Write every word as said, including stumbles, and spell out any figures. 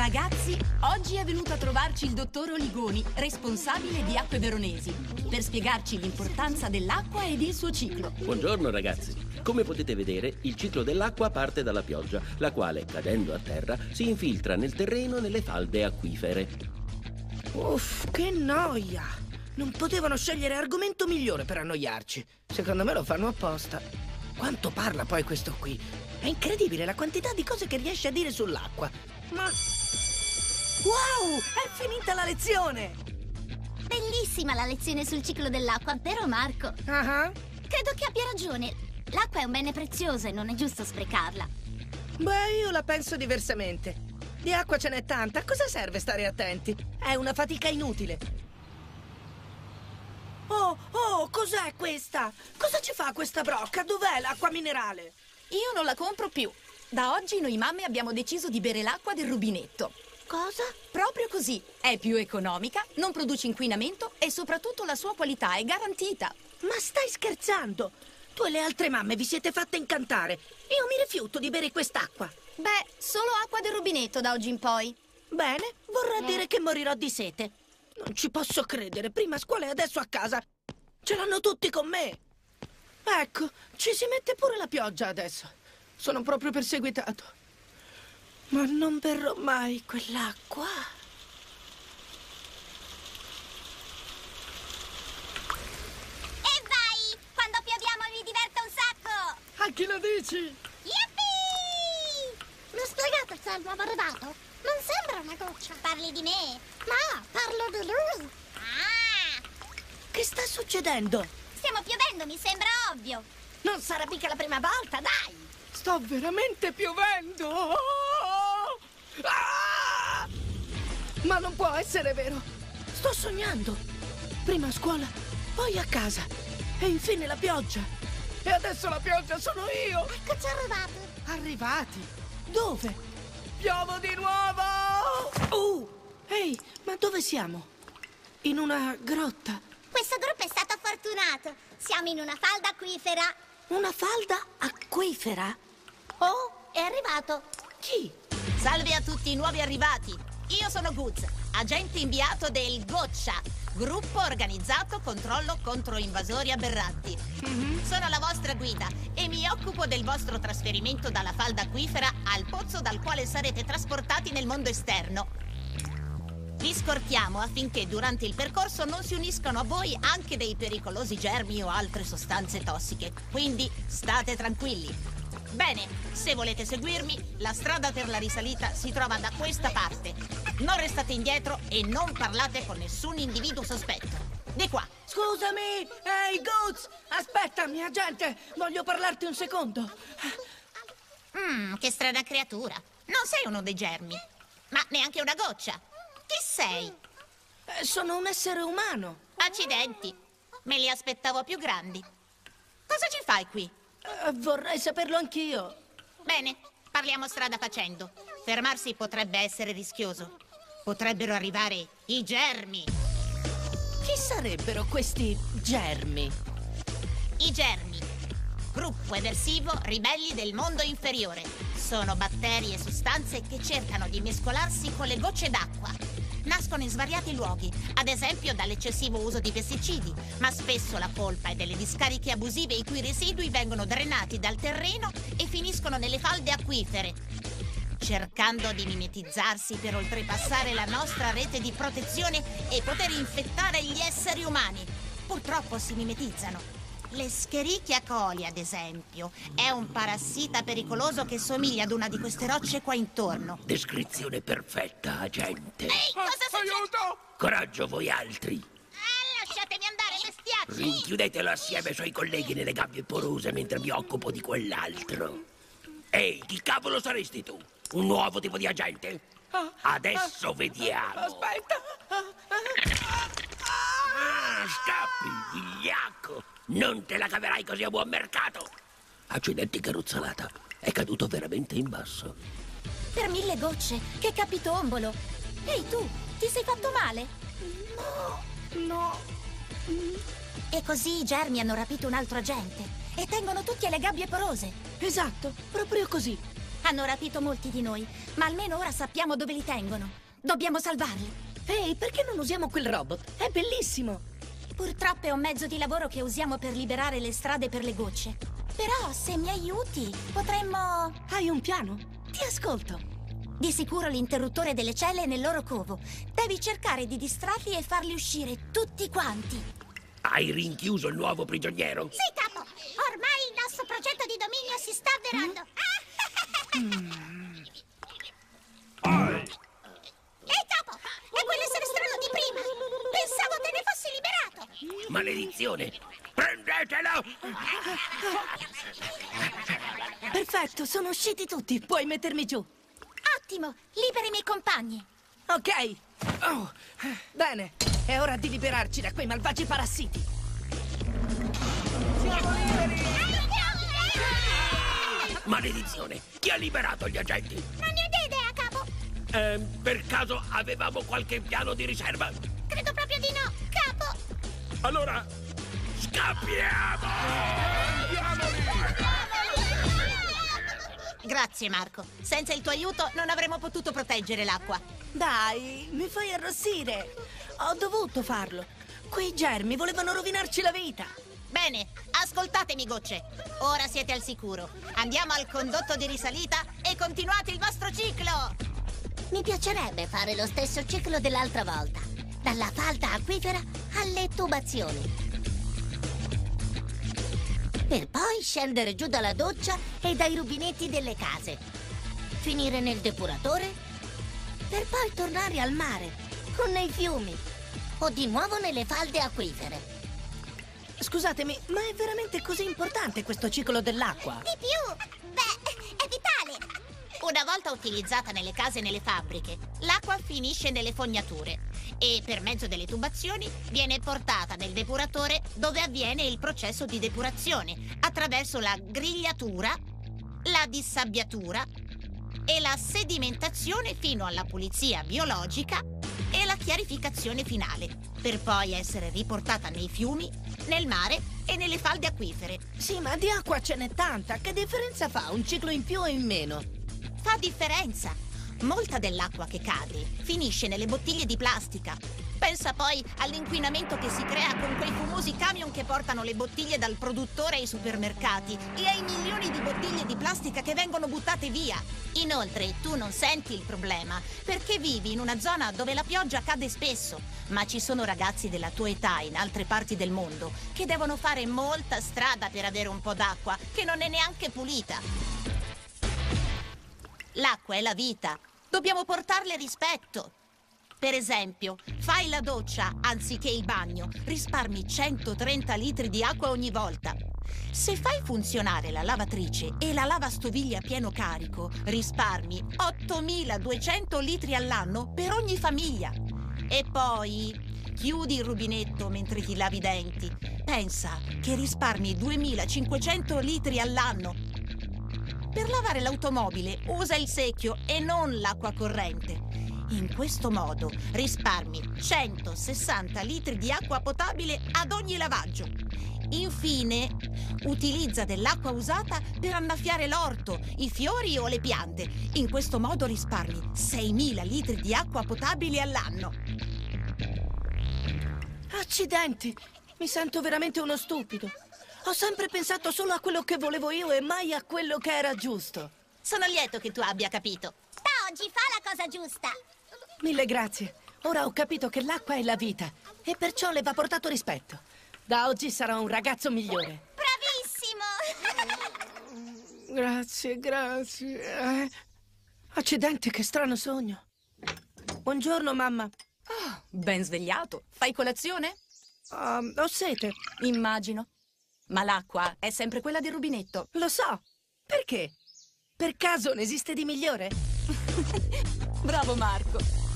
Ragazzi, oggi è venuto a trovarci il dottor Oligoni, responsabile di Acque Veronesi, per spiegarci l'importanza dell'acqua ed il suo ciclo. Buongiorno ragazzi. Come potete vedere, il ciclo dell'acqua parte dalla pioggia, la quale, cadendo a terra, si infiltra nel terreno nelle falde acquifere. Uff, che noia! Non potevano scegliere argomento migliore per annoiarci. Secondo me lo fanno apposta. Quanto parla poi questo qui? È incredibile la quantità di cose che riesce a dire sull'acqua. Ma... wow! È finita la lezione! Bellissima la lezione sul ciclo dell'acqua, vero Marco? Ah, Credo che abbia ragione. L'acqua è un bene prezioso e non è giusto sprecarla. beh, io la penso diversamente. Di acqua ce n'è tanta, a cosa serve stare attenti? È una fatica inutile. Oh, oh, cos'è questa? Cosa ci fa questa brocca? Dov'è l'acqua minerale? Io non la compro più. Da oggi noi mamme abbiamo deciso di bere l'acqua del rubinetto. Cosa? Proprio così. È più economica, non produce inquinamento e soprattutto la sua qualità è garantita. Ma stai scherzando? Tu e le altre mamme vi siete fatte incantare. Io mi rifiuto di bere quest'acqua. Beh, solo acqua del rubinetto da oggi in poi. Bene, vorrà dire che morirò di sete. Non ci posso credere, prima a scuola e adesso a casa. Ce l'hanno tutti con me. Ecco, ci si mette pure la pioggia adesso. Sono proprio perseguitato. Ma non berrò mai quell'acqua. E vai! Quando piovviamo mi diverte un sacco! A chi lo dici? Yippee! Mi ha spiegato se è il nuovo arrivato? Non sembra una goccia. Parli di me? No, parlo di lui. Ah! Che sta succedendo? Stiamo piovendo, mi sembra ovvio. Non sarà mica la prima volta, dai! Sta veramente piovendo! Ah! Ma non può essere vero! Sto sognando! Prima a scuola, poi a casa, e infine la pioggia! E adesso la pioggia sono io! Eccoci arrivati. Arrivati? Dove? Piovo di nuovo! Uh! Ehi, ma dove siamo? In una grotta? Questo gruppo è stato fortunato. Siamo in una falda acquifera. Una falda acquifera? Oh, è arrivato. Chi? Salve a tutti i nuovi arrivati. Io sono Guz, agente inviato del Goccia, gruppo organizzato controllo contro invasori aberranti. Mm-hmm. Sono la vostra guida e mi occupo del vostro trasferimento dalla falda acquifera al pozzo dal quale sarete trasportati nel mondo esterno. Vi scortiamo affinché durante il percorso non si uniscano a voi anche dei pericolosi germi o altre sostanze tossiche. Quindi state tranquilli. Bene, se volete seguirmi, la strada per la risalita si trova da questa parte. Non restate indietro e non parlate con nessun individuo sospetto. Di qua. Scusami! Ehi, Goods! Aspettami, agente! Voglio parlarti un secondo. Mmm, che strana creatura. Non sei uno dei germi, ma neanche una goccia. Chi sei? Eh, sono un essere umano. Accidenti, me li aspettavo più grandi. Cosa ci fai qui? Eh, vorrei saperlo anch'io. Bene, parliamo strada facendo. Fermarsi potrebbe essere rischioso. Potrebbero arrivare i germi. Chi sarebbero questi germi? I germi. Gruppo eversivo ribelli del mondo inferiore. Sono batteri e sostanze che cercano di mescolarsi con le gocce d'acqua. Nascono in svariati luoghi, ad esempio dall'eccessivo uso di pesticidi, ma spesso la colpa è delle discariche abusive i cui residui vengono drenati dal terreno e finiscono nelle falde acquifere, cercando di mimetizzarsi per oltrepassare la nostra rete di protezione e poter infettare gli esseri umani. Purtroppo si mimetizzano. L'Escherichia coli, ad esempio, è un parassita pericoloso che somiglia ad una di queste rocce qua intorno. Descrizione perfetta, agente. Ehi, cosa succede? Aiuto! Coraggio voi altri! Ah, lasciatemi andare, bestiacci! Rinchiudetelo assieme ai suoi colleghi nelle gabbie porose mentre mi occupo di quell'altro. Ehi, chi cavolo saresti tu? Un nuovo tipo di agente? Adesso vediamo. Aspetta! Ah, scappi, vigliacco! Non te la caverai così a buon mercato! Accidenti, che ruzzolata! È caduto veramente in basso. Per mille gocce, che capitombolo. Ehi tu, ti sei fatto male? No, no. E così i germi hanno rapito un altro agente e tengono tutti alle gabbie porose. Esatto, proprio così. Hanno rapito molti di noi, ma almeno ora sappiamo dove li tengono. Dobbiamo salvarli. Ehi, perché non usiamo quel robot? È bellissimo! Purtroppo è un mezzo di lavoro che usiamo per liberare le strade per le gocce. Però, se mi aiuti, potremmo... Hai un piano? Ti ascolto. Di sicuro l'interruttore delle celle è nel loro covo. Devi cercare di distrarli e farli uscire tutti quanti. Hai rinchiuso il nuovo prigioniero? Sì, capo. Ormai il nostro progetto di dominio si sta avverando. Mm. Ehi, capo! È quell'essere strano di prima! Pensavo te ne fossi liberato! Maledizione! Prendetelo! Perfetto, sono usciti tutti. Puoi mettermi giù. Ottimo! Libera i miei compagni! Ok. Oh, bene, è ora di liberarci da quei malvagi parassiti. Siamo liberi! Maledizione! Chi ha liberato gli agenti? Non ne ho idea, capo! Eh, per caso avevamo qualche piano di riserva? Credo proprio di no, capo! Allora, scappiamo! Grazie, Marco. Senza il tuo aiuto non avremmo potuto proteggere l'acqua. Dai, mi fai arrossire. Ho dovuto farlo. Quei germi volevano rovinarci la vita. Bene, ascoltatemi, gocce. Ora siete al sicuro. Andiamo al condotto di risalita e continuate il vostro ciclo. Mi piacerebbe fare lo stesso ciclo dell'altra volta. Dalla falda acquifera alle tubazioni. Per poi scendere giù dalla doccia e dai rubinetti delle case. Finire nel depuratore. Per poi tornare al mare o nei fiumi. O di nuovo nelle falde acquifere. Scusatemi, ma è veramente così importante questo ciclo dell'acqua? Di più! Beh, è vitale! Una volta utilizzata nelle case e nelle fabbriche, l'acqua finisce nelle fognature e per mezzo delle tubazioni viene portata nel depuratore dove avviene il processo di depurazione attraverso la grigliatura, la dissabbiatura e la sedimentazione fino alla pulizia biologica e la chiarificazione finale, per poi essere riportata nei fiumi, nel mare e nelle falde acquifere. Sì, ma di acqua ce n'è tanta. Che differenza fa un ciclo in più o in meno? Fa differenza. Molta dell'acqua che cade finisce nelle bottiglie di plastica. Pensa poi all'inquinamento che si crea con quei famosi camion che portano le bottiglie dal produttore ai supermercati e ai milioni di bottiglie di plastica che vengono buttate via. Inoltre, tu non senti il problema perché vivi in una zona dove la pioggia cade spesso, ma ci sono ragazzi della tua età in altre parti del mondo che devono fare molta strada per avere un po' d'acqua che non è neanche pulita. L'acqua è la vita. Dobbiamo portarle rispetto. Per esempio, fai la doccia anziché il bagno, risparmi centotrenta litri di acqua ogni volta. Se fai funzionare la lavatrice e la lavastoviglie a pieno carico, risparmi ottomiladuecento litri all'anno per ogni famiglia. E poi chiudi il rubinetto mentre ti lavi i denti. Pensa che risparmi duemilacinquecento litri all'anno. Per lavare l'automobile usa il secchio e non l'acqua corrente. In questo modo risparmi centosessanta litri di acqua potabile ad ogni lavaggio. Infine, utilizza dell'acqua usata per annaffiare l'orto, i fiori o le piante. In questo modo risparmi seimila litri di acqua potabile all'anno. Accidenti! Mi sento veramente uno stupido. Ho sempre pensato solo a quello che volevo io e mai a quello che era giusto. Sono lieto che tu abbia capito. Da oggi fa la cosa giusta. Mille grazie. Ora ho capito che l'acqua è la vita e perciò le va portato rispetto. Da oggi sarò un ragazzo migliore. Bravissimo! Grazie, grazie. Eh, accidenti, che strano sogno. Buongiorno, mamma. Oh, ben svegliato. Fai colazione? Um, ho sete. Immagino. Ma l'acqua è sempre quella del rubinetto. Lo so. Perché? Per caso ne esiste di migliore? Bravo Marco.